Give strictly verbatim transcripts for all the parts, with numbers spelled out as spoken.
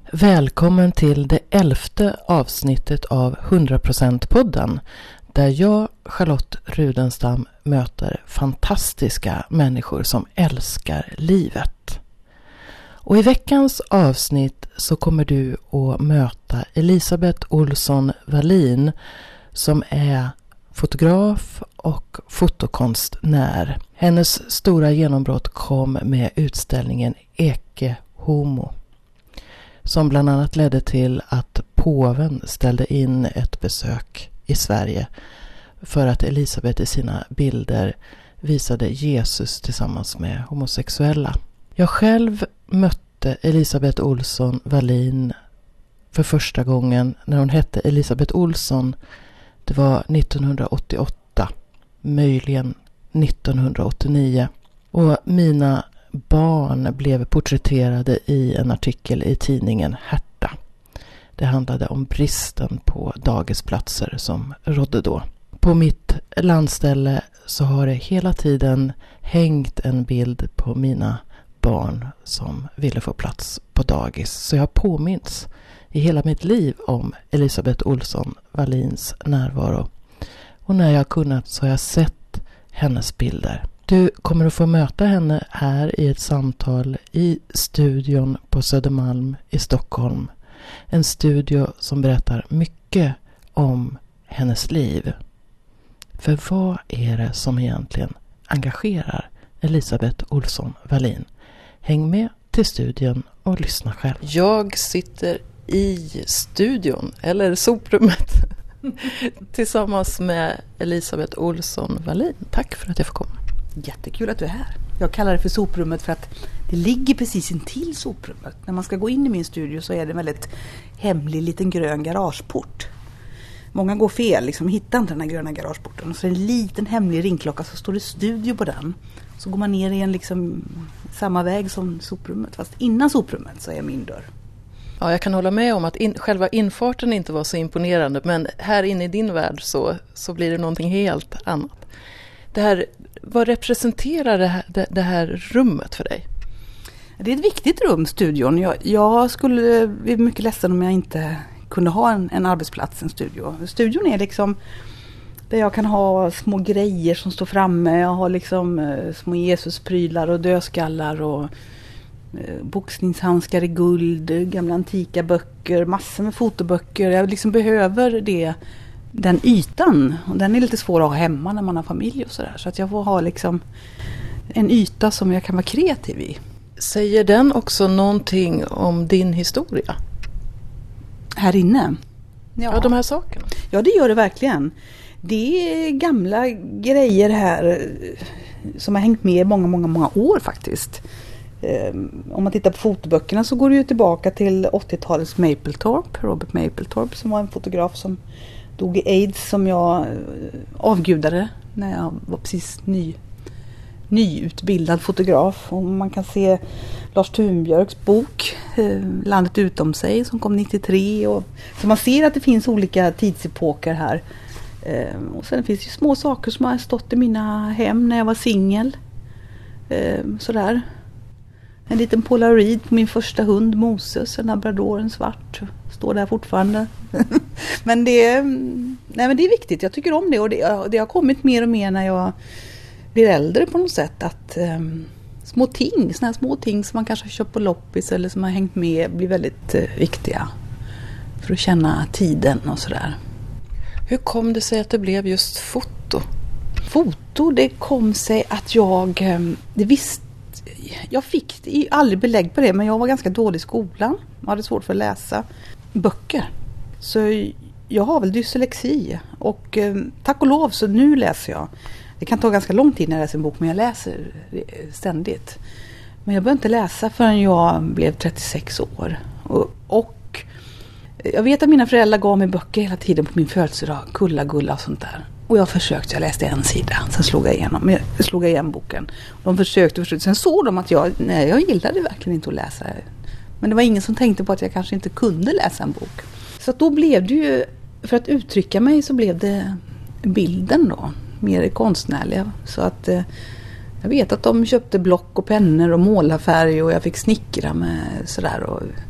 Välkommen till det elfte avsnittet av hundra procent-podden där jag, Charlotte Rudenstam, möter fantastiska människor som älskar livet. Och i veckans avsnitt så kommer du att möta Elisabeth Olsson Wallin som är fotograf och fotokonstnär. Hennes stora genombrott kom med utställningen Ecce Homo, som bland annat ledde till att påven ställde in ett besök i Sverige för att Elisabeth i sina bilder visade Jesus tillsammans med homosexuella. Jag själv mötte Elisabeth Olsson Wallin för första gången när hon hette Elisabeth Olsson. Det var nittonhundraåttioåtta, möjligen nittonhundraåttionio. Och mina barn blev porträtterade i en artikel i tidningen Herta. Det handlade om bristen på dagisplatser som rådde då. På mitt landställe så har det hela tiden hängt en bild på mina barn som ville få plats på dagis. Så jag påminns i hela mitt liv om Elisabeth Olsson Wallins närvaro. Och när jag kunnat så har jag sett hennes bilder. Du kommer att få möta henne här i ett samtal i studion på Södermalm i Stockholm. En studio som berättar mycket om hennes liv. För vad är det som egentligen engagerar Elisabeth Olsson Wallin? Häng med till studion och lyssna själv. Jag sitter i studion, eller soprummet, tillsammans med Elisabeth Olsson Wallin. Tack för att jag får komma. Jättekul att du är här. Jag kallar det för soprummet för att det ligger precis intill soprummet. När man ska gå in i min studio så är det en väldigt hemlig liten grön garageport. Många går fel, liksom hittar inte den här gröna garageporten. Så är det en liten hemlig ringklocka så står det studio på den. Så går man ner i en liksom samma väg som soprummet. Fast innan soprummet så är min dörr. Ja, jag kan hålla med om att in, själva infarten inte var så imponerande. Men här inne i din värld så, så blir det någonting helt annat. Det här, vad representerar det här, det, det här rummet för dig? Det är ett viktigt rum, studion. Jag, jag skulle bli mycket ledsen om jag inte kunde ha en, en arbetsplats, en studio. Studion är liksom där jag kan ha små grejer som står framme. Jag har liksom eh, små Jesusprylar och dödskallar och eh, boxningshandskar i guld, gamla antika böcker, massor med fotoböcker. Jag liksom behöver det, den ytan. Och den är lite svår att ha hemma när man har familj och sådär. Så att jag får ha liksom en yta som jag kan vara kreativ i. Säger den också någonting om din historia? Här inne? Ja, ja de här sakerna. Ja, det gör det verkligen. Det är gamla grejer här som har hängt med många, många, många år faktiskt. Om man tittar på fotoböckerna så går det ju tillbaka till åttiotalets Mapplethorpe, Robert Mapplethorpe, som var en fotograf som dog i AIDS, som jag avgudade när jag var precis ny, nyutbildad fotograf. Och man kan se Lars Thunbjörks bok Landet utom sig som kom nittiotre. Och, så man ser att det finns olika tidsepoker här. Och sen finns det små saker som har stått i mina hem när jag var singel. Sådär. En liten polaroid på min första hund Moses, en labrador, en svart. Står där fortfarande. men, det, nej, men det är viktigt. Jag tycker om det. Och det, det har kommit mer och mer när jag blir äldre på något sätt. Att um, små ting, såna här små ting som man kanske har köpt på loppis eller som har hängt med blir väldigt uh, viktiga. För att känna tiden och sådär. Hur kom det sig att det blev just foto? Foto, det kom sig att jag... Um, det visste Jag fick aldrig belägg på det, men jag var ganska dålig i skolan. Jag hade svårt för att läsa böcker. Så jag har väl dyslexi. Och eh, tack och lov så nu läser jag. Det kan ta ganska lång tid när jag läser en bok, men jag läser ständigt. Men jag började inte läsa förrän jag blev trettiosex år. Och, och jag vet att mina föräldrar gav mig böcker hela tiden på min födelsedag. Kulla, gulla och sånt där. Och jag försökte, jag läste en sida, sen slog jag igenom, jag slog igen boken. De försökte, försökte, sen såg de att jag, nej, jag gillade verkligen inte att läsa. Men det var ingen som tänkte på att jag kanske inte kunde läsa en bok. Så att då blev det ju, för att uttrycka mig så blev det bilden då, mer konstnärliga. Så att eh, jag vet att de köpte block och pennor och målarfärg och jag fick snickra med sådär och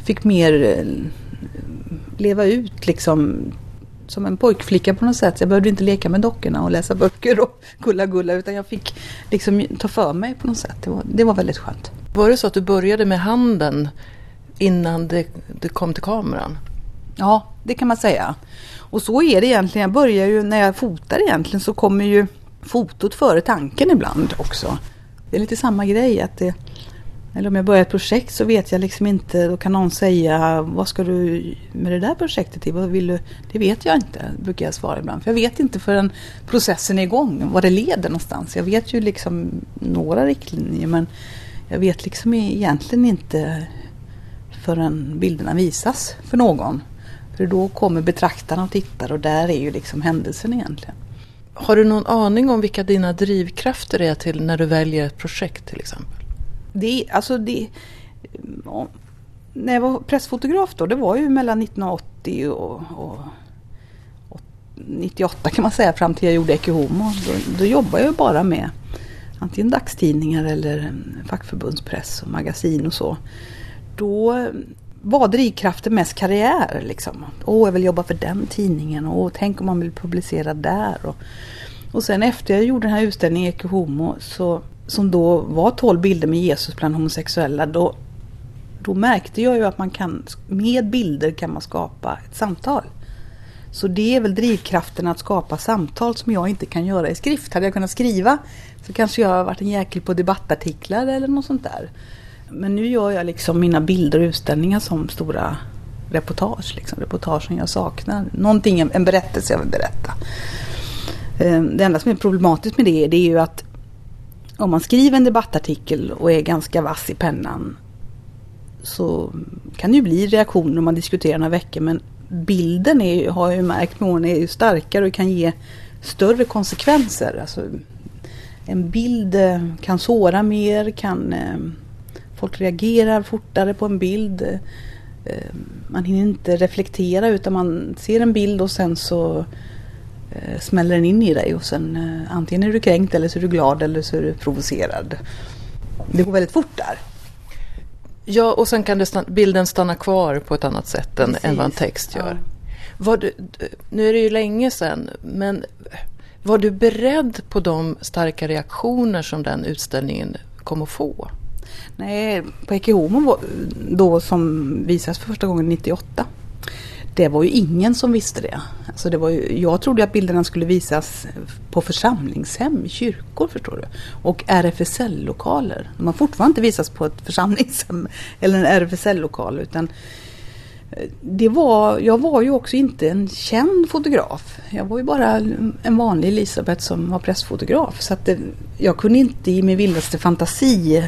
fick mer leva ut liksom som en pojkflicka på något sätt. Jag behövde inte leka med dockorna och läsa böcker och gulla gulla, utan jag fick liksom ta för mig på något sätt. Det var, det var väldigt skönt. Var det så att du började med handen innan det, det kom till kameran? Ja, det kan man säga. Och så är det egentligen. Jag börjar ju, när jag fotar egentligen så kommer ju fotot före tanken ibland också. Det är lite samma grej att det, eller om jag börjar ett projekt så vet jag liksom inte, då kan någon säga, vad ska du med det där projektet till? Vad vill du? Det vet jag inte, brukar jag svara ibland. För jag vet inte förrän processen är igång, vad det leder någonstans. Jag vet ju liksom några riktlinjer, men jag vet liksom egentligen inte förrän bilderna visas för någon. För då kommer betraktarna och tittar, och där är ju liksom händelsen egentligen. Har du någon aning om vilka dina drivkrafter är till när du väljer ett projekt till exempel? Det, alltså det, när jag var pressfotograf då, det var ju mellan nittonhundraåttio och, och, och nittioåtta kan man säga, fram till jag gjorde Ecce Homo. Då, då jobbade jag bara med antingen dagstidningar eller fackförbundspress och magasin och så. Då var drivkraften mest karriär liksom. Åh, jag vill jobba för den tidningen, och tänk om man vill publicera där. Och, och sen efter jag gjorde den här utställningen Ecce Homo, så, som då var tolv bilder med Jesus bland homosexuella, då, då märkte jag ju att man kan, med bilder kan man skapa ett samtal. Så det är väl drivkraften att skapa samtal som jag inte kan göra i skrift. Hade jag kunnat skriva så kanske jag har varit en jäkel på debattartiklar eller något sånt där. Men nu gör jag liksom mina bilder och utställningar som stora reportage. Liksom, reportage som jag saknar. Någonting, en berättelse jag vill berätta. Det enda som är problematiskt med det, det är ju att om man skriver en debattartikel och är ganska vass i pennan, så kan det ju bli reaktioner om man diskuterar några veckor. Men bilden är, har jag ju märkt med åren, är ju starkare och kan ge större konsekvenser. Alltså, en bild kan såra mer, kan... Folk reagerar fortare på en bild. Man hinner inte reflektera, utan man ser en bild och sen så smäller den in i dig. Och sen antingen är du kränkt eller så är du glad eller så är du provocerad. Det går väldigt fort där. Ja, och sen kan det stanna, bilden stanna kvar på ett annat sätt än, än vad en text gör. Ja. Var du, nu är det ju länge sedan, men var du beredd på de starka reaktioner som den utställningen kom att få? Nej, på Ecce Homo då, som visas för första gången nittioåtta, det var ju ingen som visste det. Alltså det var ju, jag trodde att bilderna skulle visas på församlingshem, kyrkor förstår du, och R F S L-lokaler. De har fortfarande inte visats på ett församlingshem eller en R F S L-lokal, utan det var, jag var ju också inte en känd fotograf. Jag var ju bara en vanlig Elisabeth som var pressfotograf. Så att det, jag kunde inte i min vildaste fantasi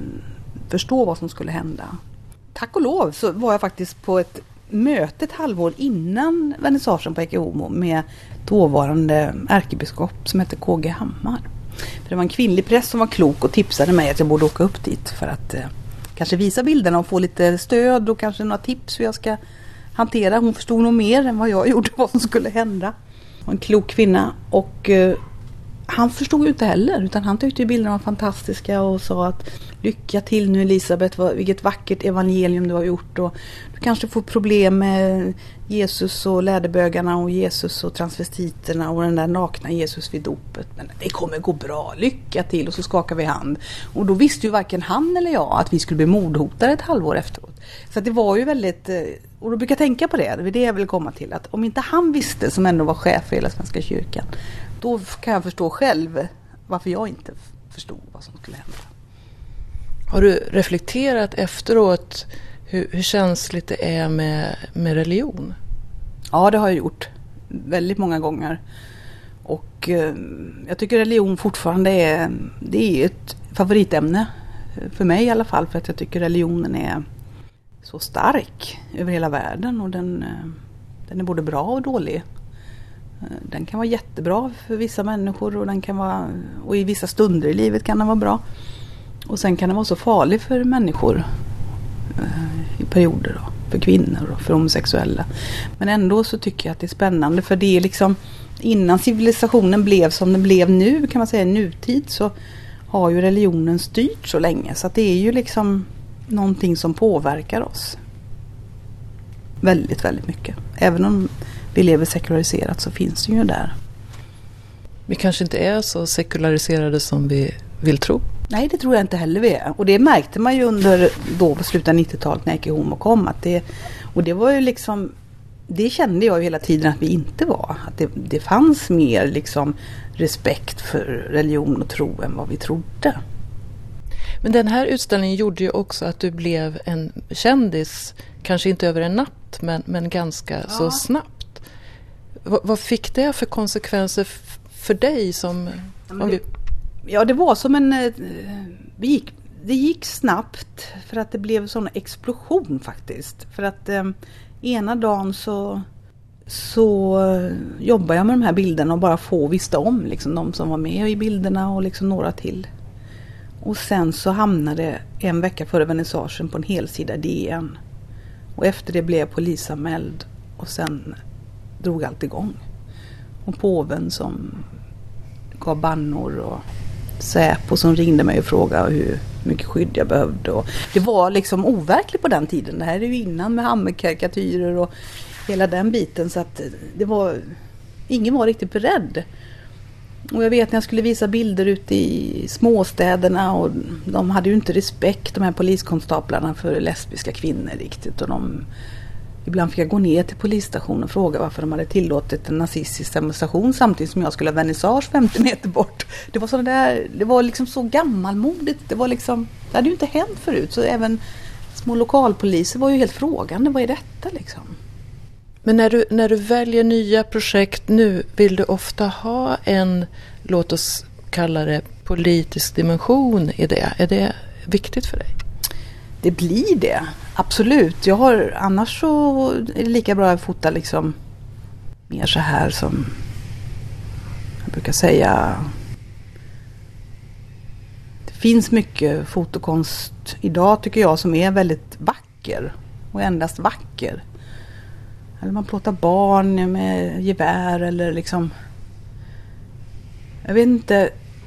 förstå vad som skulle hända. Tack och lov så var jag faktiskt på ett möte ett halvår innan vernissagen på Ecce Homo med dåvarande ärkebiskop som hette K G Hammar. För det var en kvinnlig präst som var klok och tipsade mig att jag borde åka upp dit för att eh, kanske visa bilderna och få lite stöd och kanske några tips hur jag ska hantera. Hon förstod nog mer än vad jag gjorde vad som skulle hända. En klok kvinna, och eh, han förstod ju inte heller, utan han tyckte ju bilderna var fantastiska och sa att lycka till nu Elisabeth, vad, vilket vackert evangelium du har gjort, och du kanske får problem med Jesus och läderbögarna och Jesus och transvestiterna och den där nakna Jesus vid dopet, men det kommer gå bra, lycka till, och så skakar vi hand. Och då visste ju varken han eller jag att vi skulle bli mordhotade ett halvår efteråt. Så att det var ju väldigt, och då brukar jag tänka på det, det är det jag vill komma till, att om inte han visste, som ändå var chef för hela Svenska kyrkan, då kan jag förstå själv varför jag inte förstod vad som skulle hända. Har du reflekterat efteråt hur, hur känsligt det är med, med religion? Ja, det har jag gjort väldigt många gånger. Och eh, jag tycker religion fortfarande är, det är ett favoritämne för mig i alla fall, för att jag tycker religionen är så stark över hela världen, och den, den är både bra och dålig. Den kan vara jättebra för vissa människor, och den kan vara, och i vissa stunder i livet kan den vara bra. Och sen kan den vara så farlig för människor eh, i perioder då, för kvinnor och för homosexuella. Men ändå så tycker jag att det är spännande, för det är liksom innan civilisationen blev som den blev nu, kan man säga, nutid, så har ju religionen styrt så länge, så att det är ju liksom någonting som påverkar oss. väldigt, väldigt mycket. Även om vi lever sekulariserat så finns det ju där. Vi kanske inte är så sekulariserade som vi vill tro. Nej, det tror jag inte heller vi är. Och det märkte man ju under då på slutet av nittiotalet när Ecce Homo kom. Att det, och det var ju liksom, det kände jag ju hela tiden att vi inte var. Att det, det fanns mer liksom respekt för religion och tro än vad vi trodde. Men den här utställningen gjorde ju också att du blev en kändis, kanske inte över en natt, men, men ganska ja. så snabbt. V- vad fick det för konsekvenser f- för dig? Som, ja, det, vi... ja, det var som en... Det gick, det gick snabbt för att det blev sån explosion faktiskt. För att eh, ena dagen så, så jobbade jag med de här bilderna och bara få visste om liksom, de som var med i bilderna och liksom några till. Och sen så hamnade en vecka före vernissagen på en helsida D N. Och efter det blev jag polisanmäld. Och sen drog allt igång. Och påven som gav bannor och Säpo som ringde mig och frågade hur mycket skydd jag behövde. Och det var liksom overkligt på den tiden. Det här är ju innan med Hammerkarikatyrer och hela den biten. Så att det var, ingen var riktigt beredd. Och jag vet när jag skulle visa bilder ute i småstäderna och de hade ju inte respekt, de här poliskonstaplarna, för lesbiska kvinnor riktigt. Och de, ibland fick jag gå ner till polisstationen och fråga varför de hade tillåtit en nazistisk demonstration samtidigt som jag skulle ha vernissage femtio meter bort. Det var, så där, det var liksom så gammalmodigt. Det, var liksom, det hade ju inte hänt förut, så även små lokalpoliser var ju helt frågande. Vad är detta liksom? Men när du, när du väljer nya projekt nu, vill du ofta ha en, låt oss kalla det, politisk dimension i det? Är det viktigt för dig? Det blir det, absolut. Jag har, annars så är det lika bra att fota liksom mer så här som jag brukar säga. Det finns mycket fotokonst idag tycker jag som är väldigt vacker och endast vacker. Eller man plåtar barn med gevär eller liksom, jag vet inte,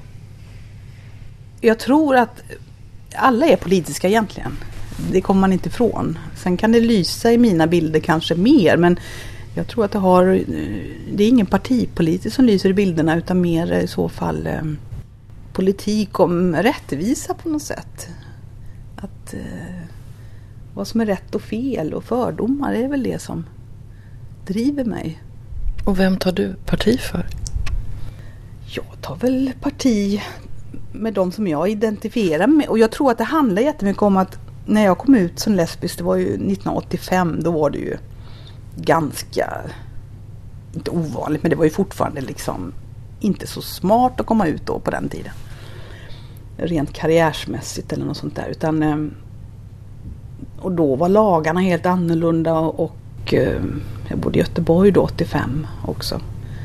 jag tror att alla är politiska egentligen. Det kommer man inte ifrån. Sen kan det lysa i mina bilder kanske mer, men jag tror att det har, det är ingen partipolitik som lyser i bilderna utan mer i så fall eh, politik om rättvisa på något sätt. Att eh, vad som är rätt och fel och fördomar, det är väl det som driver mig. Och vem tar du parti för? Jag tar väl parti med de som jag identifierar med. Och jag tror att det handlar jättemycket om att när jag kom ut som lesbisk, det var ju nittonhundraåttiofem, då var det ju ganska, inte ovanligt, men det var ju fortfarande liksom inte så smart att komma ut då på den tiden. Rent karriärsmässigt eller något sånt där. Utan, och då var lagarna helt annorlunda och jag bodde i Göteborg då åttiofem också.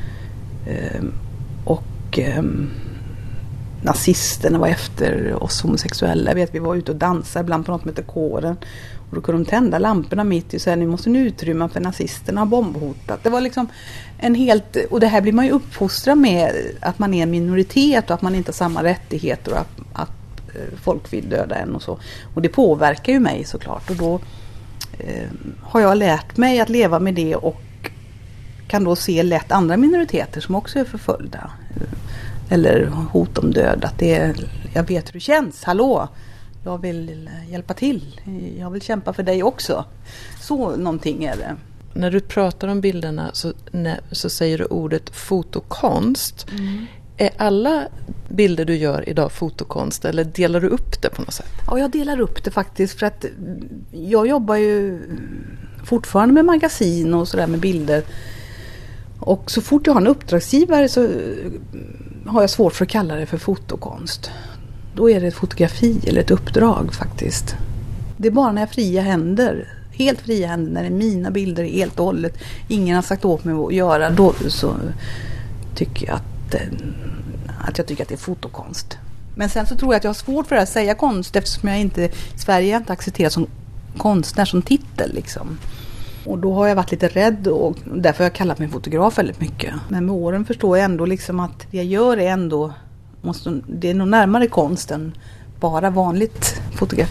Och nazisterna var efter oss homosexuella. Jag vet, vi var ute och dansade ibland på något som heter Kåren. Och då kunde de tända lamporna mitt i och säga, nu måste ni utrymma för nazisterna har bombhotat. Det var liksom en helt, och det här blir man ju uppfostrad med, att man är en minoritet och att man inte har samma rättigheter och att, att folk vill döda en och så. Och det påverkar ju mig såklart. Och då eh, har jag lärt mig att leva med det och kan då se lätt andra minoriteter som också är förföljda. Eller hot om död. Att det är, jag vet hur det känns. Hallå, jag vill hjälpa till. Jag vill kämpa för dig också. Så någonting är det. När du pratar om bilderna så, när, så säger du ordet fotokonst. Mm. Är alla bilder du gör idag fotokonst eller delar du upp det på något sätt? Ja, jag delar upp det faktiskt för att jag jobbar ju fortfarande med magasin och sådär med bilder. Och så fort jag har en uppdragsgivare så har jag svårt för att kalla det för fotokonst. Då är det ett fotografi eller ett uppdrag faktiskt. Det är bara när jag har fria händer, helt fria händer, när det är mina bilder helt och hållet. Ingen har sagt åt mig att göra, då så tycker jag att, att jag tycker att det är fotokonst. Men sen så tror jag att jag har svårt för att säga konst eftersom jag inte, i Sverige inte accepterar som konstnär som titel liksom. Och då har jag varit lite rädd och därför har jag kallat mig fotograf väldigt mycket. Men med åren förstår jag ändå liksom att det jag gör är ändå, måste, det är nog närmare konst än bara vanligt fotografi.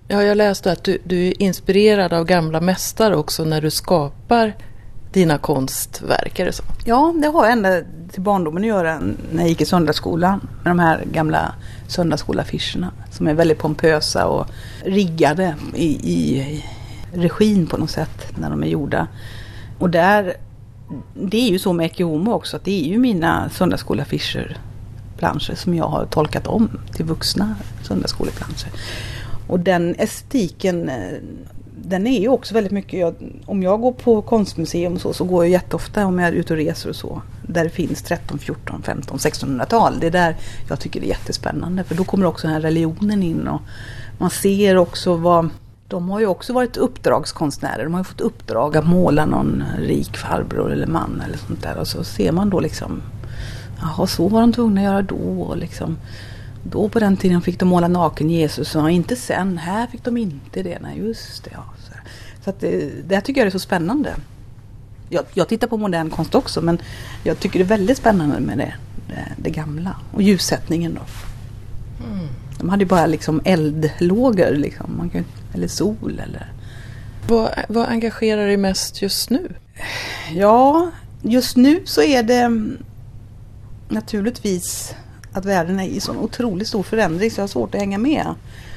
Ja, jag läste att du, du är inspirerad av gamla mästare också när du skapar dina konstverk, är det så? Ja, det har ända till barndomen att göra när jag gick i söndagsskolan med de här gamla söndagsskolafischerna som är väldigt pompösa och riggade i, i regin på något sätt när de är gjorda. Och där, det är ju så med Ecce Homo också, att det är ju mina söndagsskolafischer, planscher som jag har tolkat om till vuxna söndagsskoleplanscher. Och den estetiken, den är ju också väldigt mycket, jag, om jag går på konstmuseum och så, så går jag jätteofta om jag är ute och reser och så, där det finns tretton, fjorton, femton, sextonhundratal. Det är där jag tycker det är jättespännande, för då kommer också den här religionen in och man ser också vad, de har ju också varit uppdragskonstnärer, de har ju fått uppdrag att måla någon rik farbror eller man eller sånt där, och så ser man då liksom, jaha, så var de tvungna att göra då och liksom. Då på den tiden fick de måla naken Jesus och inte sen, här fick de inte det. Nej, just det. Ja. Så, så att det, det tycker jag är så spännande. Jag, jag tittar på modern konst också, men jag tycker det är väldigt spännande med det, det, det gamla. Och ljussättningen då. Mm. De hade ju bara liksom eldlågor, liksom. Man kan, eller sol. Eller... Vad, vad engagerar dig mest just nu? Ja, just nu så är det naturligtvis att världen är i sån otroligt stor förändring så jag har svårt att hänga med.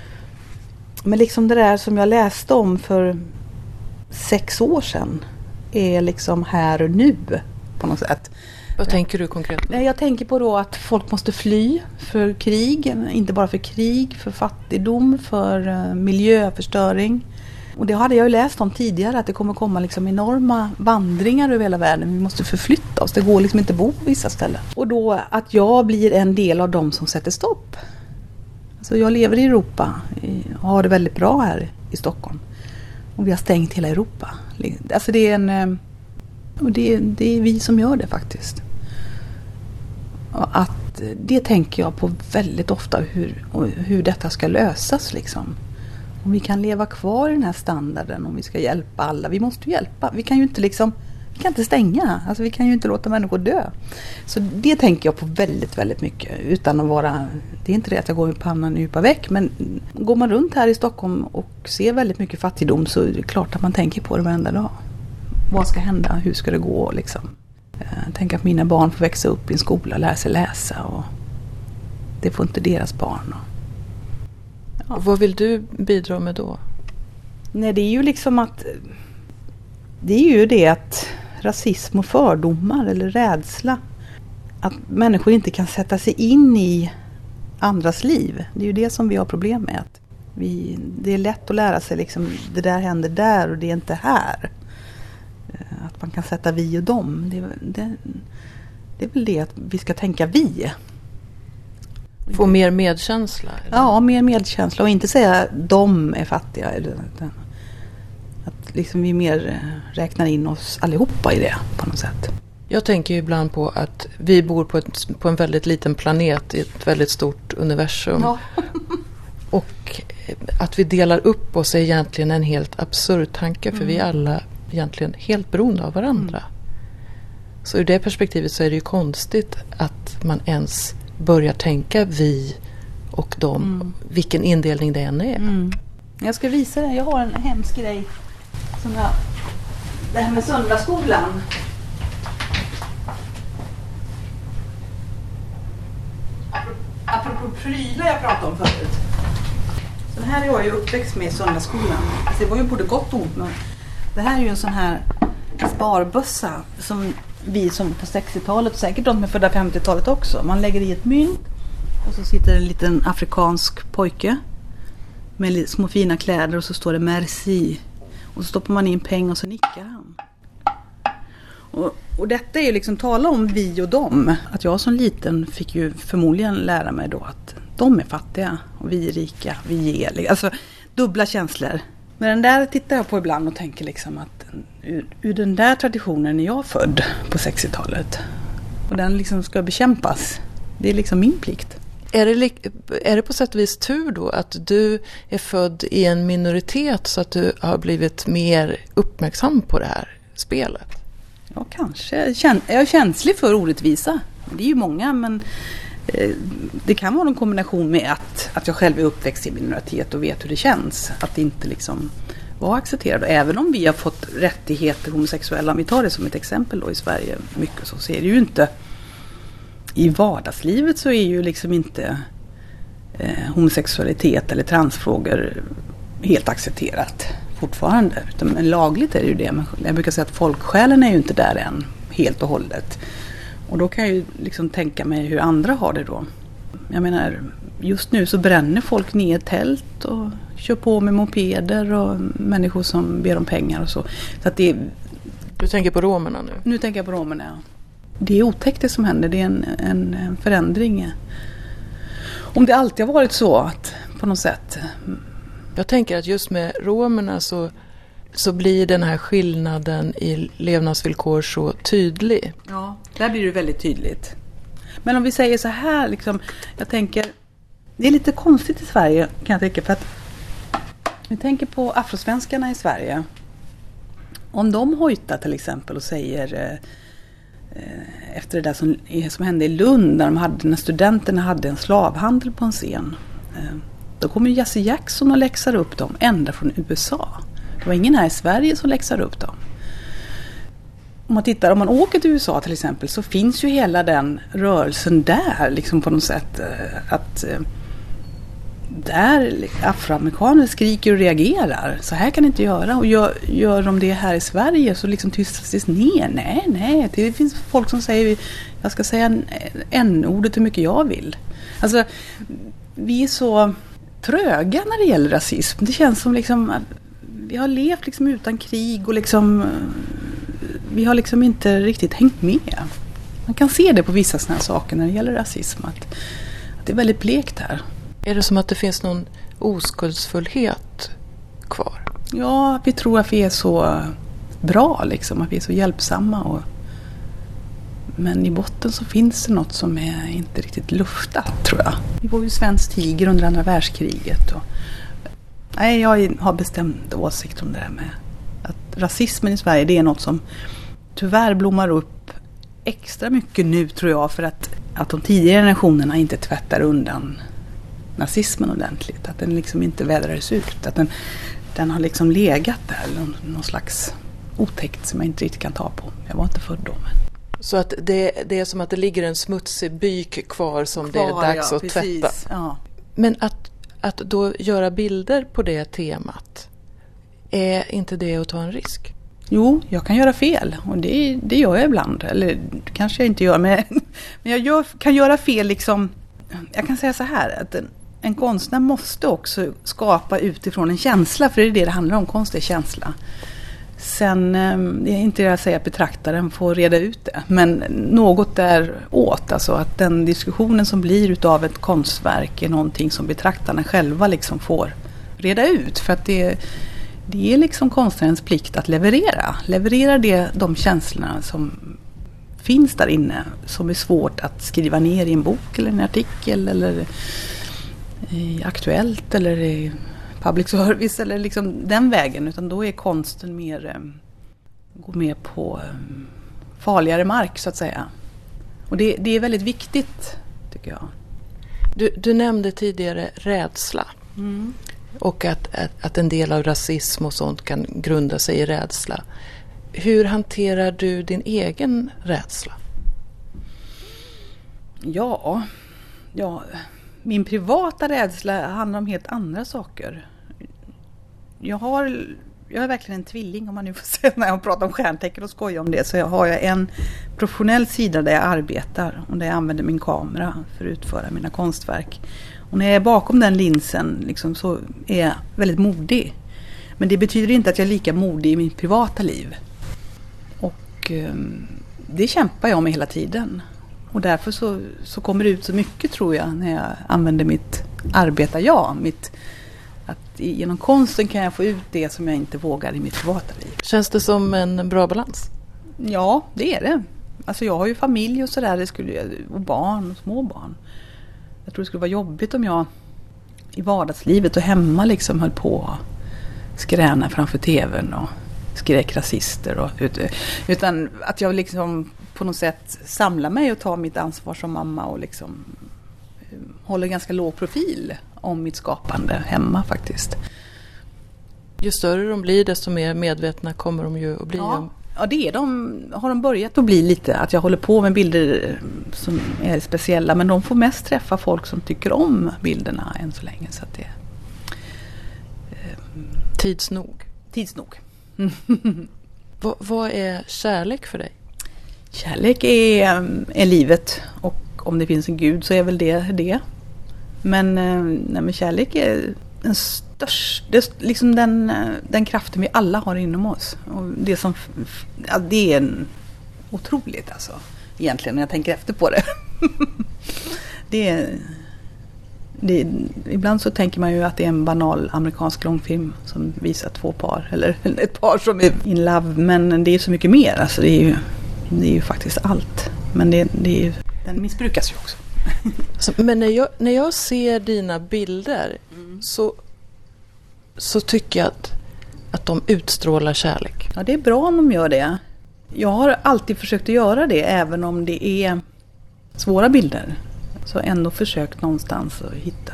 Men liksom det där som jag läste om för sex år sedan är liksom här och nu på något sätt. Vad tänker du konkret? Jag tänker på då att folk måste fly för krig, inte bara för krig, för fattigdom, för miljöförstöring. Och det hade jag ju läst om tidigare, att det kommer komma liksom enorma vandringar över hela världen. Vi måste förflytta oss, det går liksom inte att bo på vissa ställen. Och då att jag blir en del av dem som sätter stopp. Alltså jag lever i Europa och har det väldigt bra här i Stockholm. Och vi har stängt hela Europa. Alltså det är en... Och det, det är vi som gör det faktiskt. Och att det tänker jag på väldigt ofta, hur, hur detta ska lösas liksom. Om vi kan leva kvar i den här standarden, om vi ska hjälpa alla. Vi måste ju hjälpa. Vi kan ju inte liksom, vi kan inte stänga. Alltså vi kan ju inte låta människor dö. Så det tänker jag på väldigt, väldigt mycket. Utan att vara, det är inte det att jag går med pannan djupa väck. Men går man runt här i Stockholm och ser väldigt mycket fattigdom, så är det klart att man tänker på det varenda dag. Vad ska hända? Hur ska det gå liksom? Tänk att mina barn får växa upp i en skola och lära sig läsa. Och det får inte deras barn. Ja. Och vad vill du bidra med då? Nej, det är ju liksom att det är ju det att rasism och fördomar eller rädsla, att människor inte kan sätta sig in i andras liv. Det är ju det som vi har problem med. Att vi, det är lätt att lära sig liksom, det där händer där och det är inte här. Att man kan sätta vi och dem. Det, det, det är väl det att vi ska tänka vi. Få mer medkänsla? Eller? Ja, mer medkänsla och inte säga de är fattiga. Eller, att liksom vi mer räknar in oss allihopa i det på något sätt. Jag tänker ju ibland på att vi bor på, ett, på en väldigt liten planet i ett väldigt stort universum. Ja. Och att vi delar upp oss är egentligen en helt absurd tanke, för mm. vi är alla egentligen helt beroende av varandra. Mm. Så ur det perspektivet så är det ju konstigt att man ens börjar tänka vi och dem, mm. vilken indelning det än är. Mm. Jag ska visa dig, jag har en hemsk grej som jag, det här med söndagsskolan. Apropå prylar jag pratade om förut. Så här är jag ju uppväxt med i söndagsskolan. Alltså det var ju både gott och ont, men det här är ju en sån här sparbössa som vi som på sextiotalet, säkert de med födda femtiotalet också. Man lägger i ett mynt och så sitter en liten afrikansk pojke med små fina kläder och så står det merci. Och så stoppar man in peng och så nickar han. Och, och detta är ju liksom, tala om vi och dem. Att jag som liten fick ju förmodligen lära mig då att de är fattiga och vi är rika, vi ger. Alltså dubbla känslor. Men den där tittar jag på ibland och tänker liksom att ur, ur den där traditionen är jag född på sextiotalet. Och den liksom ska bekämpas. Det är liksom min plikt. Är det, är det på sätt och vis tur då att du är född i en minoritet så att du har blivit mer uppmärksam på det här spelet? Ja, kanske. Jag är känslig för orättvisa. Det är ju många, men Det kan vara en kombination med att, att jag själv är uppväxt i minoritet och vet hur det känns. Att inte liksom vara accepterad. Även om vi har fått rättigheter homosexuella, om vi tar det som ett exempel då i Sverige mycket, så ser det ju inte i vardagslivet, så är ju liksom inte eh, homosexualitet eller transfrågor helt accepterat fortfarande. Utan, men lagligt är det ju det. Men jag brukar säga att folksjälen är ju inte där än helt och hållet. Och då kan jag ju liksom tänka mig hur andra har det då. Jag menar, just nu så bränner folk ner tält och kör på med mopeder och människor som ber om pengar och så. Så att det, du tänker på romerna nu? Nu tänker jag på romerna, ja. Det är otäckt det som händer, det är en, en, en förändring. Om det alltid har varit så att på något sätt. Jag tänker att just med romerna så, så blir den här skillnaden i levnadsvillkor så tydlig. Ja, där blir det väldigt tydligt. Men om vi säger så här, liksom, jag tänker, det är lite konstigt i Sverige kan jag tänka, för att vi tänker på afrosvenskarna i Sverige. Om de hojtar till exempel och säger eh, efter det där som, som hände i Lund när, de hade, när studenterna hade en slavhandel på en scen. Eh, då kommer Jesse Jackson och läxar upp dem ända från U S A. Det var ingen här i Sverige som läxar upp dem. Om man tittar, om man åker till U S A till exempel, så finns ju hela den rörelsen där liksom på något sätt att där afroamerikaner skriker och reagerar. Så här kan det inte göra. Och gör, gör de det här i Sverige så liksom tystas det ner. Nej, nej. Det finns folk som säger jag ska säga n-ordet hur mycket jag vill. Alltså, vi är så tröga när det gäller rasism. Det känns som liksom vi har levt liksom utan krig och liksom vi har liksom inte riktigt hängt med. Man kan se det på vissa sådana saker när det gäller rasism. Att, att det är väldigt blekt här. Är det som att det finns någon oskuldsfullhet kvar? Ja, vi tror att vi är så bra liksom. Att vi är så hjälpsamma. Och, men i botten så finns det något som är inte riktigt luftat, tror jag. Vi var ju svensk tiger under andra världskriget. Och, nej, jag har bestämt åsikt om det där med att rasismen i Sverige, det är något som tyvärr blommar upp extra mycket nu, tror jag, för att, att de tidigare generationerna inte tvättar undan nazismen ordentligt. Att den liksom inte vädrades ut. Att den, den har liksom legat där, någon, någon slags otäckt som jag inte riktigt kan ta på. Jag var inte född då. Men. Så att det, det är som att det ligger en smutsig byk kvar som kvar, det är dags ja, att precis. tvätta. Ja. Men att, att då göra bilder på det temat, är inte det att ta en risk? Jo, jag kan göra fel. Och det, det gör jag ibland. Eller kanske jag inte gör. Men, men jag gör, kan göra fel liksom. Jag kan säga så här. Att en, en konstnär måste också skapa utifrån en känsla. För det är det det handlar om. Konst är känsla. Sen, det är inte det att säga att betraktaren får reda ut det. Men något där åt. Alltså att den diskussionen som blir utav ett konstverk är någonting som betraktarna själva liksom får reda ut. För att det Det är liksom konstnärens plikt att leverera. Leverera det, de känslorna som finns där inne. Som är svårt att skriva ner i en bok eller en artikel. Eller i Aktuellt eller i public service. Eller liksom den vägen. Utan då är konsten mer, går mer på farligare mark så att säga. Och det, det är väldigt viktigt tycker jag. Du, du nämnde tidigare rädsla. Mm. Och att, att, att en del av rasism och sånt kan grunda sig i rädsla. Hur hanterar du din egen rädsla? Ja, ja, min privata rädsla handlar om helt andra saker. Jag har, jag är verkligen en tvilling om man nu får säga när jag pratar om stjärntecken och skojar om det. Så jag har jag en professionell sida där jag arbetar och där jag använder min kamera för att utföra mina konstverk. Och när jag är bakom den linsen liksom, så är jag väldigt modig. Men det betyder inte att jag är lika modig i mitt privata liv. Och eh, det kämpar jag med hela tiden. Och därför så, så kommer det ut så mycket tror jag när jag använder mitt arbeta jag. Mitt, att genom konsten kan jag få ut det som jag inte vågar i mitt privata liv. Känns det som en bra balans? Ja, det är det. Alltså jag har ju familj och sådär, det skulle, och barn och små barn. Jag tror det skulle vara jobbigt om jag i vardagslivet och hemma liksom höll på och skräna framför tvn och skrek rasister. Och, utan att jag liksom på något sätt samlar mig och tar mitt ansvar som mamma och liksom håller ganska låg profil om mitt skapande hemma faktiskt. Ju större de blir, desto mer medvetna kommer de ju att bli. Ja, ja det är de. Har de börjat att bli lite, att jag håller på med bilder som är speciella, men de får mest träffa folk som tycker om bilderna än så länge. Så att det, eh, tids nog. Tids nog. vad, vad är kärlek för dig? Kärlek är, är livet, och om det finns en gud så är väl det det. Men, nej, men kärlek är den största, det, liksom den, den kraften vi alla har inom oss. Och det, som, ja, det är en, otroligt alltså, egentligen när jag tänker efter på det. det, är, det ibland så tänker man ju att det är en banal amerikansk långfilm som visar två par, eller ett par som är in love, men det är så mycket mer. Alltså det är ju, det är ju faktiskt allt. Men det, det är ju, den missbrukas ju också. Så, men när jag, när jag ser dina bilder mm. så, så tycker jag att, att de utstrålar kärlek. Ja, det är bra om de gör det. Jag har alltid försökt att göra det, även om det är svåra bilder. Så ändå försökt någonstans att hitta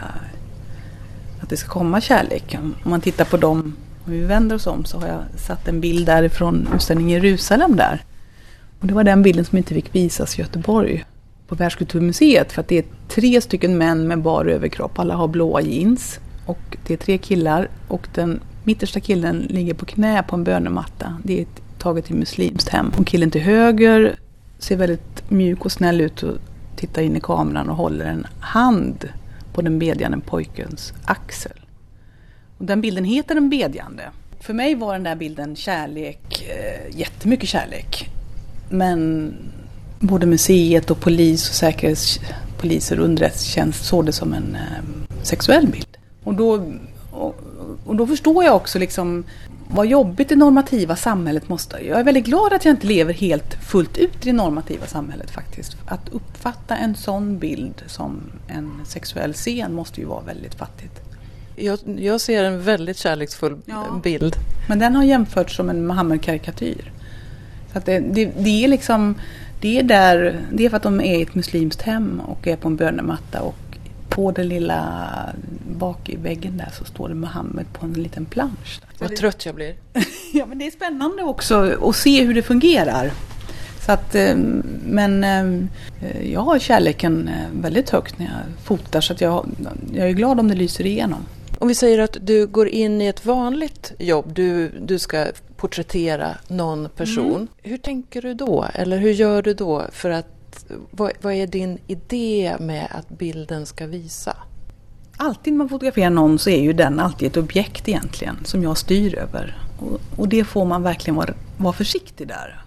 att det ska komma kärlek. Om man tittar på dem, om vi vänder oss om, så har jag satt en bild därifrån utställningen i Jerusalem där. Och det var den bilden som inte fick visas i Göteborg på Världskulturmuseet, för att det är tre stycken män med bar överkropp. Alla har blåa jeans och det är tre killar, och den mittersta killen ligger på knä på en bönematta. Det är taget i muslimskt hem. Och killen till höger ser väldigt mjuk och snäll ut och tittar in i kameran och håller en hand på den bedjande pojkens axel. Och den bilden heter Den bedjande. För mig var den där bilden kärlek, eh, jättemycket kärlek. Men både museet och polis och säkerhetspoliser och underrättelsetjänst såg det som en eh, sexuell bild. Och då, och, och då förstår jag också liksom vad jobbigt det normativa samhället måste. Jag är väldigt glad att jag inte lever helt fullt ut i det normativa samhället faktiskt. Att uppfatta en sån bild som en sexuell scen måste ju vara väldigt fattigt. Jag, jag ser en väldigt kärleksfull ja. bild. Men den har jämförts som en Muhammed-karikatyr. Så att det, det, det är liksom, det är där, det är för att de är i ett muslimskt hem och är på en bönematta, och på den lilla bak i väggen där så står det Muhammed på en liten plansch. Vad det, trött jag blir. Ja, men det är spännande också att se hur det fungerar. Så att, men jag har kärleken väldigt högt när jag fotar, så att jag, jag är glad om det lyser igenom. Om vi säger att du går in i ett vanligt jobb, du, du ska porträttera någon person. Mm. Hur tänker du då? Eller hur gör du då? För att, vad, vad är din idé med att bilden ska visa? Alltid när man fotograferar någon så är ju den alltid ett objekt egentligen som jag styr över. Och, och det får man verkligen vara, vara försiktig där.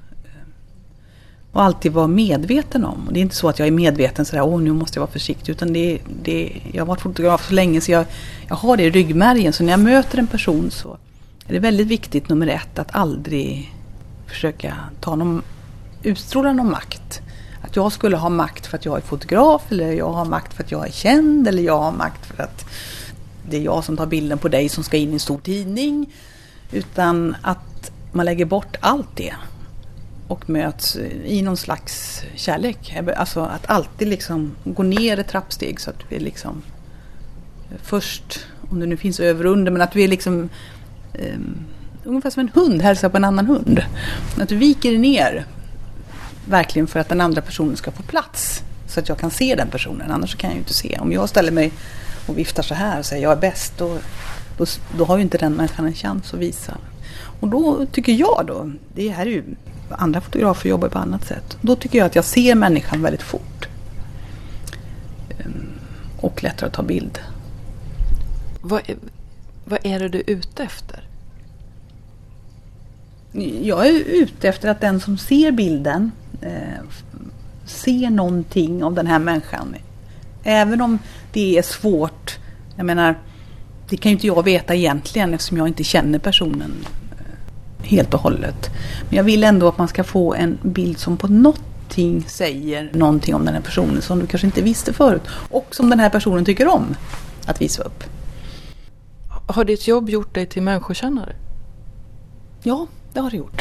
Och alltid vara medveten om. Och det är inte så att jag är medveten sådär, åh nu måste jag vara försiktig. Utan det, det, jag har varit fotograf så länge så jag, jag har det i ryggmärgen. Så när jag möter en person så är det väldigt viktigt, nummer ett, att aldrig försöka ta någon, utstråla någon makt. Att jag skulle ha makt för att jag är fotograf, eller jag har makt för att jag är känd, eller jag har makt för att det är jag som tar bilden på dig som ska in i en stor tidning. Utan att man lägger bort allt det och möts i någon slags kärlek. Alltså att alltid liksom gå ner ett trappsteg så att vi liksom först, om det nu finns över och under, men att vi är liksom um, ungefär som en hund hälsar på en annan hund. Att du viker ner verkligen för att den andra personen ska få plats så att jag kan se den personen, annars kan jag ju inte se. Om jag ställer mig och viftar så här och säger jag är bäst, då, då, då har ju inte den människan en chans att visa. Och då tycker jag då, det här är ju andra fotografer jobbar på annat sätt, då tycker jag att jag ser människan väldigt fort och lättare att ta bild. Vad är, vad är det du är ute efter? Jag är ute efter att den som ser bilden eh, ser någonting av den här människan. Även om det är svårt, jag menar, det kan ju inte jag veta egentligen eftersom jag inte känner personen eh, helt och hållet. Men jag vill ändå att man ska få en bild som på någonting säger någonting om den här personen som du kanske inte visste förut. Och som den här personen tycker om att visa upp. Har ditt jobb gjort dig till människokännare? Ja, det har det gjort.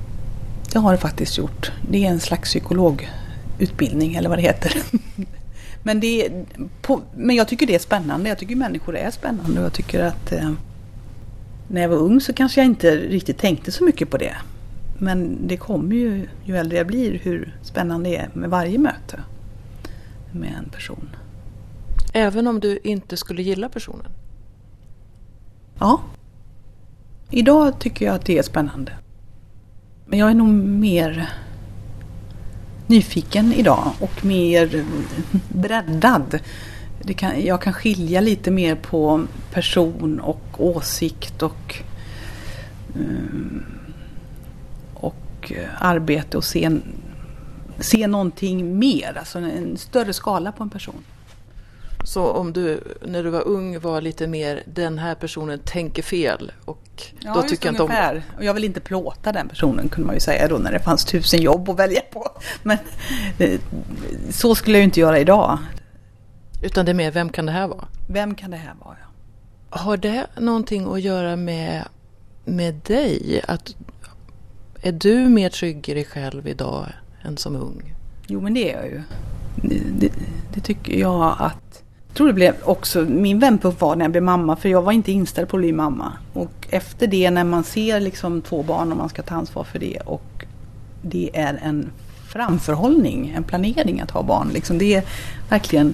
Det har det faktiskt gjort. Det är en slags psykologutbildning eller vad det heter. Men, det, på, men jag tycker det är spännande. Jag tycker människor är spännande. Och jag tycker att eh, när jag var ung så kanske jag inte riktigt tänkte så mycket på det. Men det kommer ju, ju äldre jag blir, hur spännande det är med varje möte med en person. Även om du inte skulle gilla personen? Ja. Idag tycker jag att det är spännande. Men jag är nog mer nyfiken idag och mer breddad. Det kan, jag kan skilja lite mer på person och åsikt och, um, och arbete och se, se någonting mer, alltså en större skala på en person. Så om du när du var ung var lite mer den här personen tänker fel och ja, då tycker jag inte om det. Och jag vill inte plåta den personen, kunde man ju säga då när det fanns tusen jobb att välja på. Men så skulle jag ju inte göra idag. Utan det är mer, vem kan det här vara? Vem kan det här vara, ja. Har det någonting att göra med, med dig? Att, är du mer trygg i dig själv idag än som ung? Jo, men det är jag ju. Det, det, det tycker jag att... Jag tror det blev också... Min vändpunkt var när jag blev mamma, för jag var inte inställd på att bli mamma. Och efter det, när man ser liksom två barn och man ska ta ansvar för det, och det är en framförhållning, en planering att ha barn. Liksom det är verkligen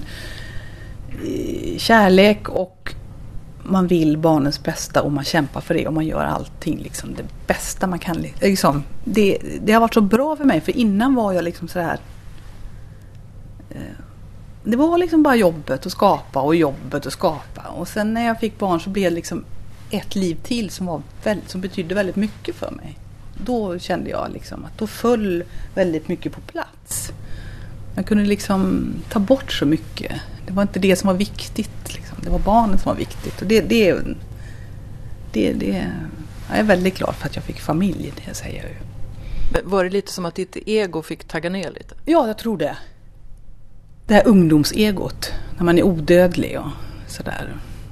kärlek och man vill barnens bästa och man kämpar för det och man gör allting liksom det bästa man kan. Liksom, det, det har varit så bra för mig, för innan var jag liksom så här. Det var liksom bara jobbet att skapa och jobbet att skapa. Och sen när jag fick barn så blev det liksom ett liv till som, var väldigt, som betydde väldigt mycket för mig. Då kände jag liksom att då föll väldigt mycket på plats. Jag kunde liksom ta bort så mycket. Det var inte det som var viktigt. Liksom. Det var barnen som var viktigt. Och det, det, det, det, jag är väldigt glad för att jag fick familj, det säger jag ju. Men var det lite som att ditt ego fick tagga ner lite? Ja, jag tror det. Det här ungdomsegot, när man är odödlig och sådär.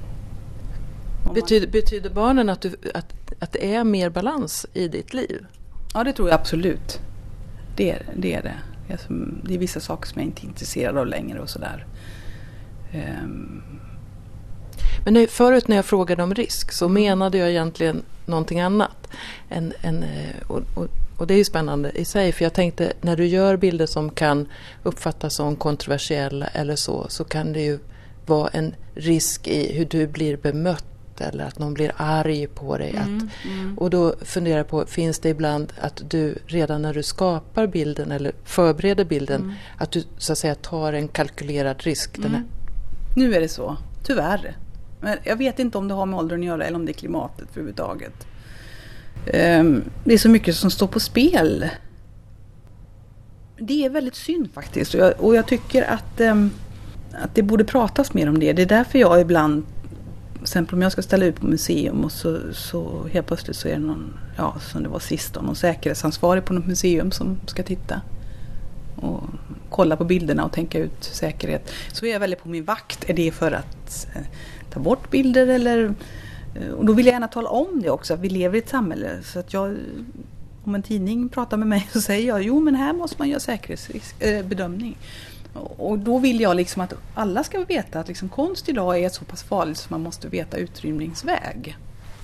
Betyder, betyder barnen att, du, att, att det är mer balans i ditt liv? Ja, det tror jag absolut. Det är det. Är det. Det är vissa saker som jag inte är intresserad av längre och sådär. Um. Men nu, förut när jag frågade om risk så menade jag egentligen någonting annat. En, en, och, och, och det är ju spännande i sig, för jag tänkte när du gör bilder som kan uppfattas som kontroversiella eller så, så kan det ju vara en risk i hur du blir bemött eller att någon blir arg på dig. Mm, att, mm. Och då funderar jag på, finns det ibland att du redan när du skapar bilden eller förbereder bilden, mm. att du så att säga tar en kalkylerad risk? Mm. Den här. Nu är det så, tyvärr. Men jag vet inte om det har med åldern att göra eller om det är klimatet överhuvudtaget. Um, det är så mycket som står på spel. Det är väldigt synd faktiskt. Och jag, och jag tycker att, um, att det borde pratas mer om det. Det är därför jag ibland, till exempel om jag ska ställa ut på museum och så, så helt plötsligt så är det någon, ja, som det var sist, någon säkerhetsansvarig på något museum som ska titta och kolla på bilderna och tänka ut säkerhet. Så är jag väldigt på min vakt. Är det för att eh, ta bort bilder eller... Och då vill jag gärna tala om det också, att vi lever i ett samhälle. Så att jag, om en tidning pratar med mig så säger jag, jo men här måste man göra säkerhetsbedömning. Och då vill jag liksom att alla ska veta att liksom konst idag är så pass farligt så man måste veta utrymningsväg.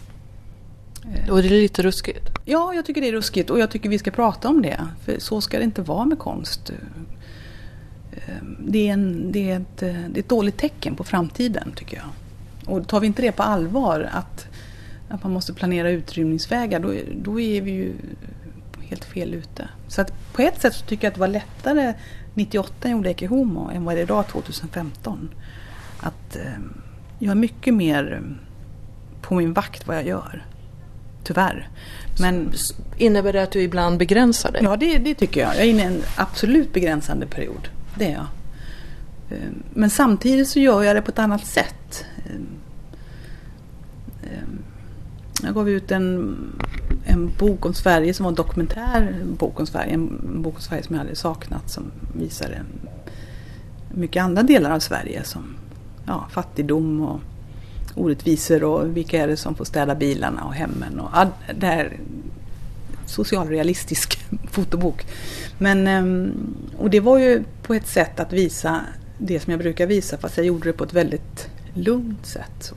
Och det är lite ruskigt. Ja, jag tycker det är ruskigt och jag tycker vi ska prata om det. För så ska det inte vara med konst. Det är, en, det är, ett, det är ett dåligt tecken på framtiden, tycker jag. Och tar vi inte det på allvar, att, att man måste planera utrymningsvägar, då, då är vi ju helt fel ute. Så att på ett sätt så tycker jag att det var lättare nittioåtta när jag gjorde Ecce Homo än vad det är idag tjugohundrafemton. Att eh, jag är mycket mer på min vakt vad jag gör. Tyvärr. Men innebär det att du ibland begränsar dig? Ja, det, det tycker jag. Jag är inne i en absolut begränsande period. Det är jag. Men samtidigt så gör jag det på ett annat sätt. Jag gav ut en, en bok om Sverige som var en dokumentär bok om Sverige. En bok om Sverige som jag hade saknat, som visade mycket andra delar av Sverige som ja, fattigdom och orättvisor och vilka är det som får städa bilarna och hemmen. Och det här socialrealistisk fotobok. Men, och det var ju på ett sätt att visa det som jag brukar visa, fast jag gjorde det på ett väldigt lugnt sätt. Så.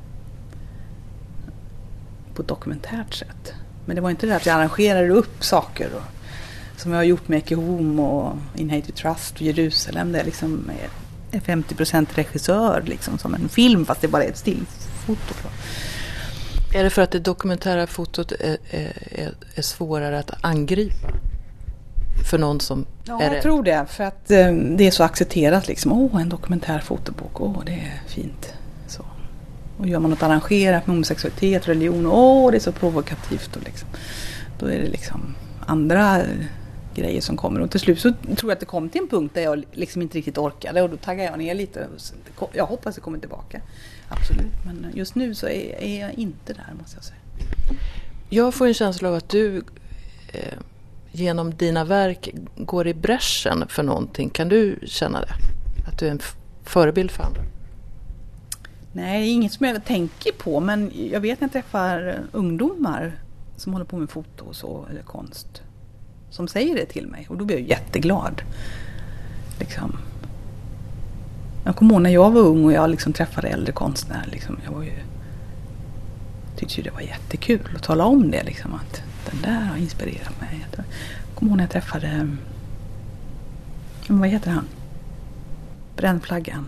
På ett dokumentärt sätt. Men det var inte det att jag arrangerade upp saker och, som jag har gjort med Ecce Homo och In Hate We Trust och Jerusalem. Det är liksom är femtio procent regissör liksom, som en film, fast det bara är ett stillfoto. Är det för att det dokumentära fotot är, är, är svårare att angripa? För någon som ja, är jag rädd? tror det. För att eh, det är så accepterat liksom. Åh, en dokumentär fotobok. Åh, det är fint. Så. Och gör man något arrangerat med homosexualitet, religion. Åh, det är så provokativt. Och liksom. Då är det liksom andra grejer som kommer. Och till slut så tror jag att det kom till en punkt där jag liksom inte riktigt orkade. Och då taggar jag ner lite. Jag hoppas det kommer tillbaka. Absolut. Men just nu så är, är jag inte där, måste jag säga. Jag får en känsla av att du eh, genom dina verk går i bräschen för någonting. Kan du känna det? Att du är en f- förebild för andra? Nej, det är inget som jag tänker på. Men jag vet när jag träffar ungdomar som håller på med foto och så, eller konst, som säger det till mig. Och då blir jag jätteglad. Liksom. Jag kommer ihåg när jag var ung och jag liksom träffade äldre konstnärer. Liksom, jag var ju, tyckte ju det var jättekul att tala om det. Liksom, att den där har inspirerat mig. Jag kommer ihåg när jag träffade, vad heter han? Brännflaggan.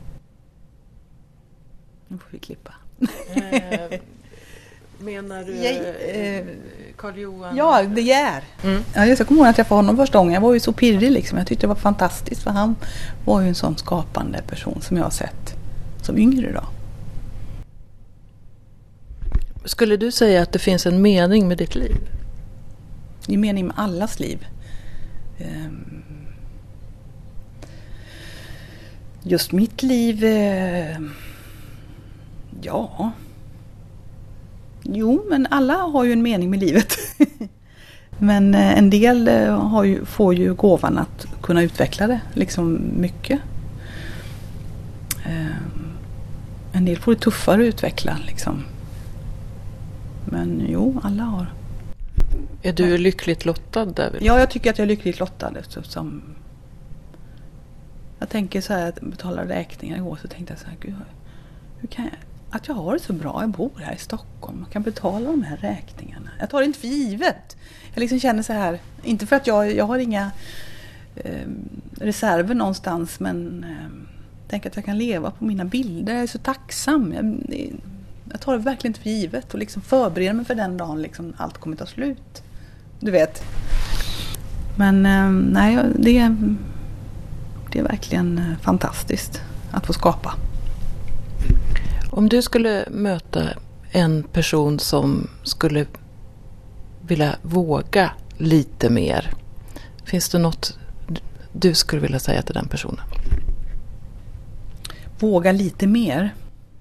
Nu får vi klippa. Eh, menar du jag, eh, Carl Johan? Ja, det är. Mm. Ja, jag kommer ihåg när jag träffade honom första gången. Jag var ju så pirrig liksom. Jag tyckte det var fantastiskt, för han var ju en sån skapande person som jag har sett som yngre idag. Skulle du säga att det finns en mening med ditt liv? Det är mening med allas liv. Just mitt liv, ja. Jo, men alla har ju en mening med livet. Men en del har ju, får ju gåvan att kunna utveckla det liksom mycket. En del får det tuffare att utveckla liksom. Men jo, alla har. Är du lyckligt lottad där? Ja, jag tycker att jag är lyckligt lottad. Som jag tänker så här, att betala räkningar igår, så tänkte jag så här, gud, hur kan jag, att jag har det så bra, jag bor här i Stockholm och kan betala de här räkningarna. Jag tar det inte för givet. Jag liksom känner så här, inte för att jag, jag har inga eh, reserver någonstans, men eh, tänk att jag kan leva på mina bilder. Jag är så tacksam. Jag, jag tar det verkligen inte för givet och liksom förbereder mig för den dagen liksom allt kommer ta slut. Du vet. Men eh, nej, det är, det är verkligen fantastiskt att få skapa. Om du skulle möta en person som skulle vilja våga lite mer, finns det något du skulle vilja säga till den personen? Våga lite mer?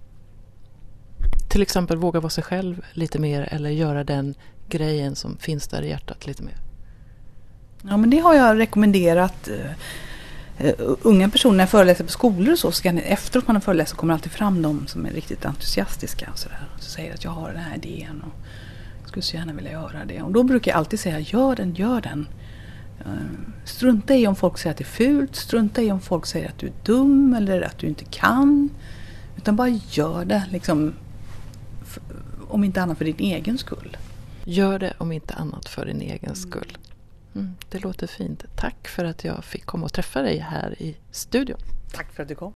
Till exempel våga vara sig själv lite mer, eller göra den grejen som finns där i hjärtat lite mer. Ja, men det har jag rekommenderat uh, unga personer när jag föreläser på skolor och så. Ska ni, efter att man har föreläst så kommer alltid fram de som är riktigt entusiastiska och så där. Och så säger att jag har den här idén och skulle så gärna vilja göra det. Och då brukar jag alltid säga, gör den, gör den. Uh, strunta i om folk säger att det är fult. Strunta i om folk säger att du är dum eller att du inte kan. Utan bara gör det, liksom, för, om inte annat för din egen skull. Gör det om inte annat för din egen skull. Mm, det låter fint. Tack för att jag fick komma och träffa dig här i studion. Tack för att du kom.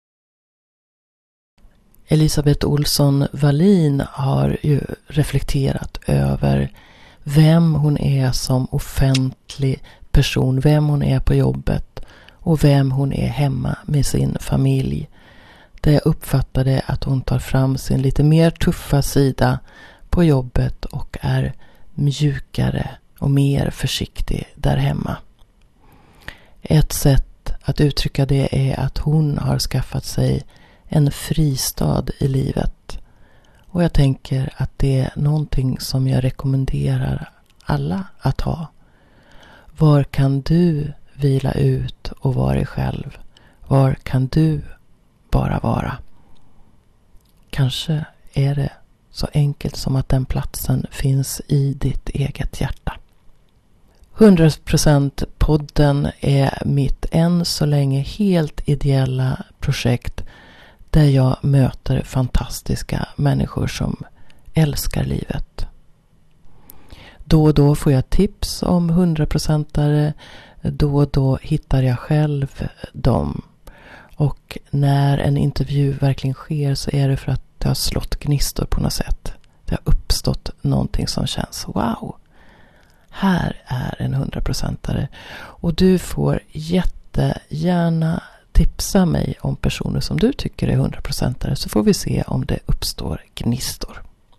Elisabeth Olsson Wallin har ju reflekterat över vem hon är som offentlig person, vem hon är på jobbet och vem hon är hemma med sin familj. Där jag uppfattade att hon tar fram sin lite mer tuffa sida på jobbet och är mjukare och mer försiktig där hemma. Ett sätt att uttrycka det är att hon har skaffat sig en fristad i livet. Och jag tänker att det är någonting som jag rekommenderar alla att ha. Var kan du vila ut och vara dig själv? Var kan du bara vara? Kanske är det så enkelt som att den platsen finns i ditt eget hjärta. hundra procent-podden är mitt än så länge helt ideella projekt där jag möter fantastiska människor som älskar livet. Då och då får jag tips om hundraprocentare, då och då hittar jag själv dem. Och när en intervju verkligen sker så är det för att det har slått gnistor på något sätt. Det har uppstått någonting som känns wow. Här är en hundraprocentare. Och du får jättegärna tipsa mig om personer som du tycker är hundraprocentare, så får vi se om det uppstår gnistor.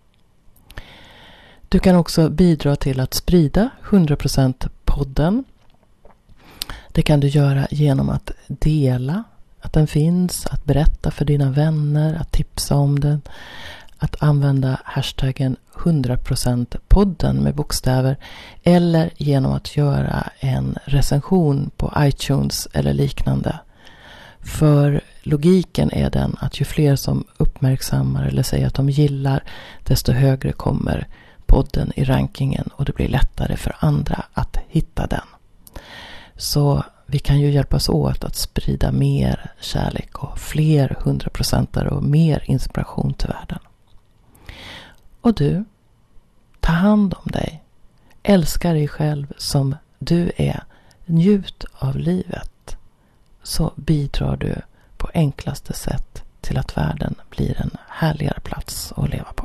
Du kan också bidra till att sprida hundra procent-podden. Det kan du göra genom att dela att den finns, att berätta för dina vänner, att tipsa om den, att använda hashtaggen hundra procent-podden med bokstäver eller genom att göra en recension på iTunes eller liknande. För logiken är den att ju fler som uppmärksammar eller säger att de gillar, desto högre kommer podden i rankingen och det blir lättare för andra att hitta den. Så vi kan ju hjälpas åt att sprida mer kärlek och fler hundraprocentare och mer inspiration till världen. Och du, ta hand om dig. Älska dig själv som du är. Njut av livet. Så bidrar du på enklaste sätt till att världen blir en härligare plats att leva på.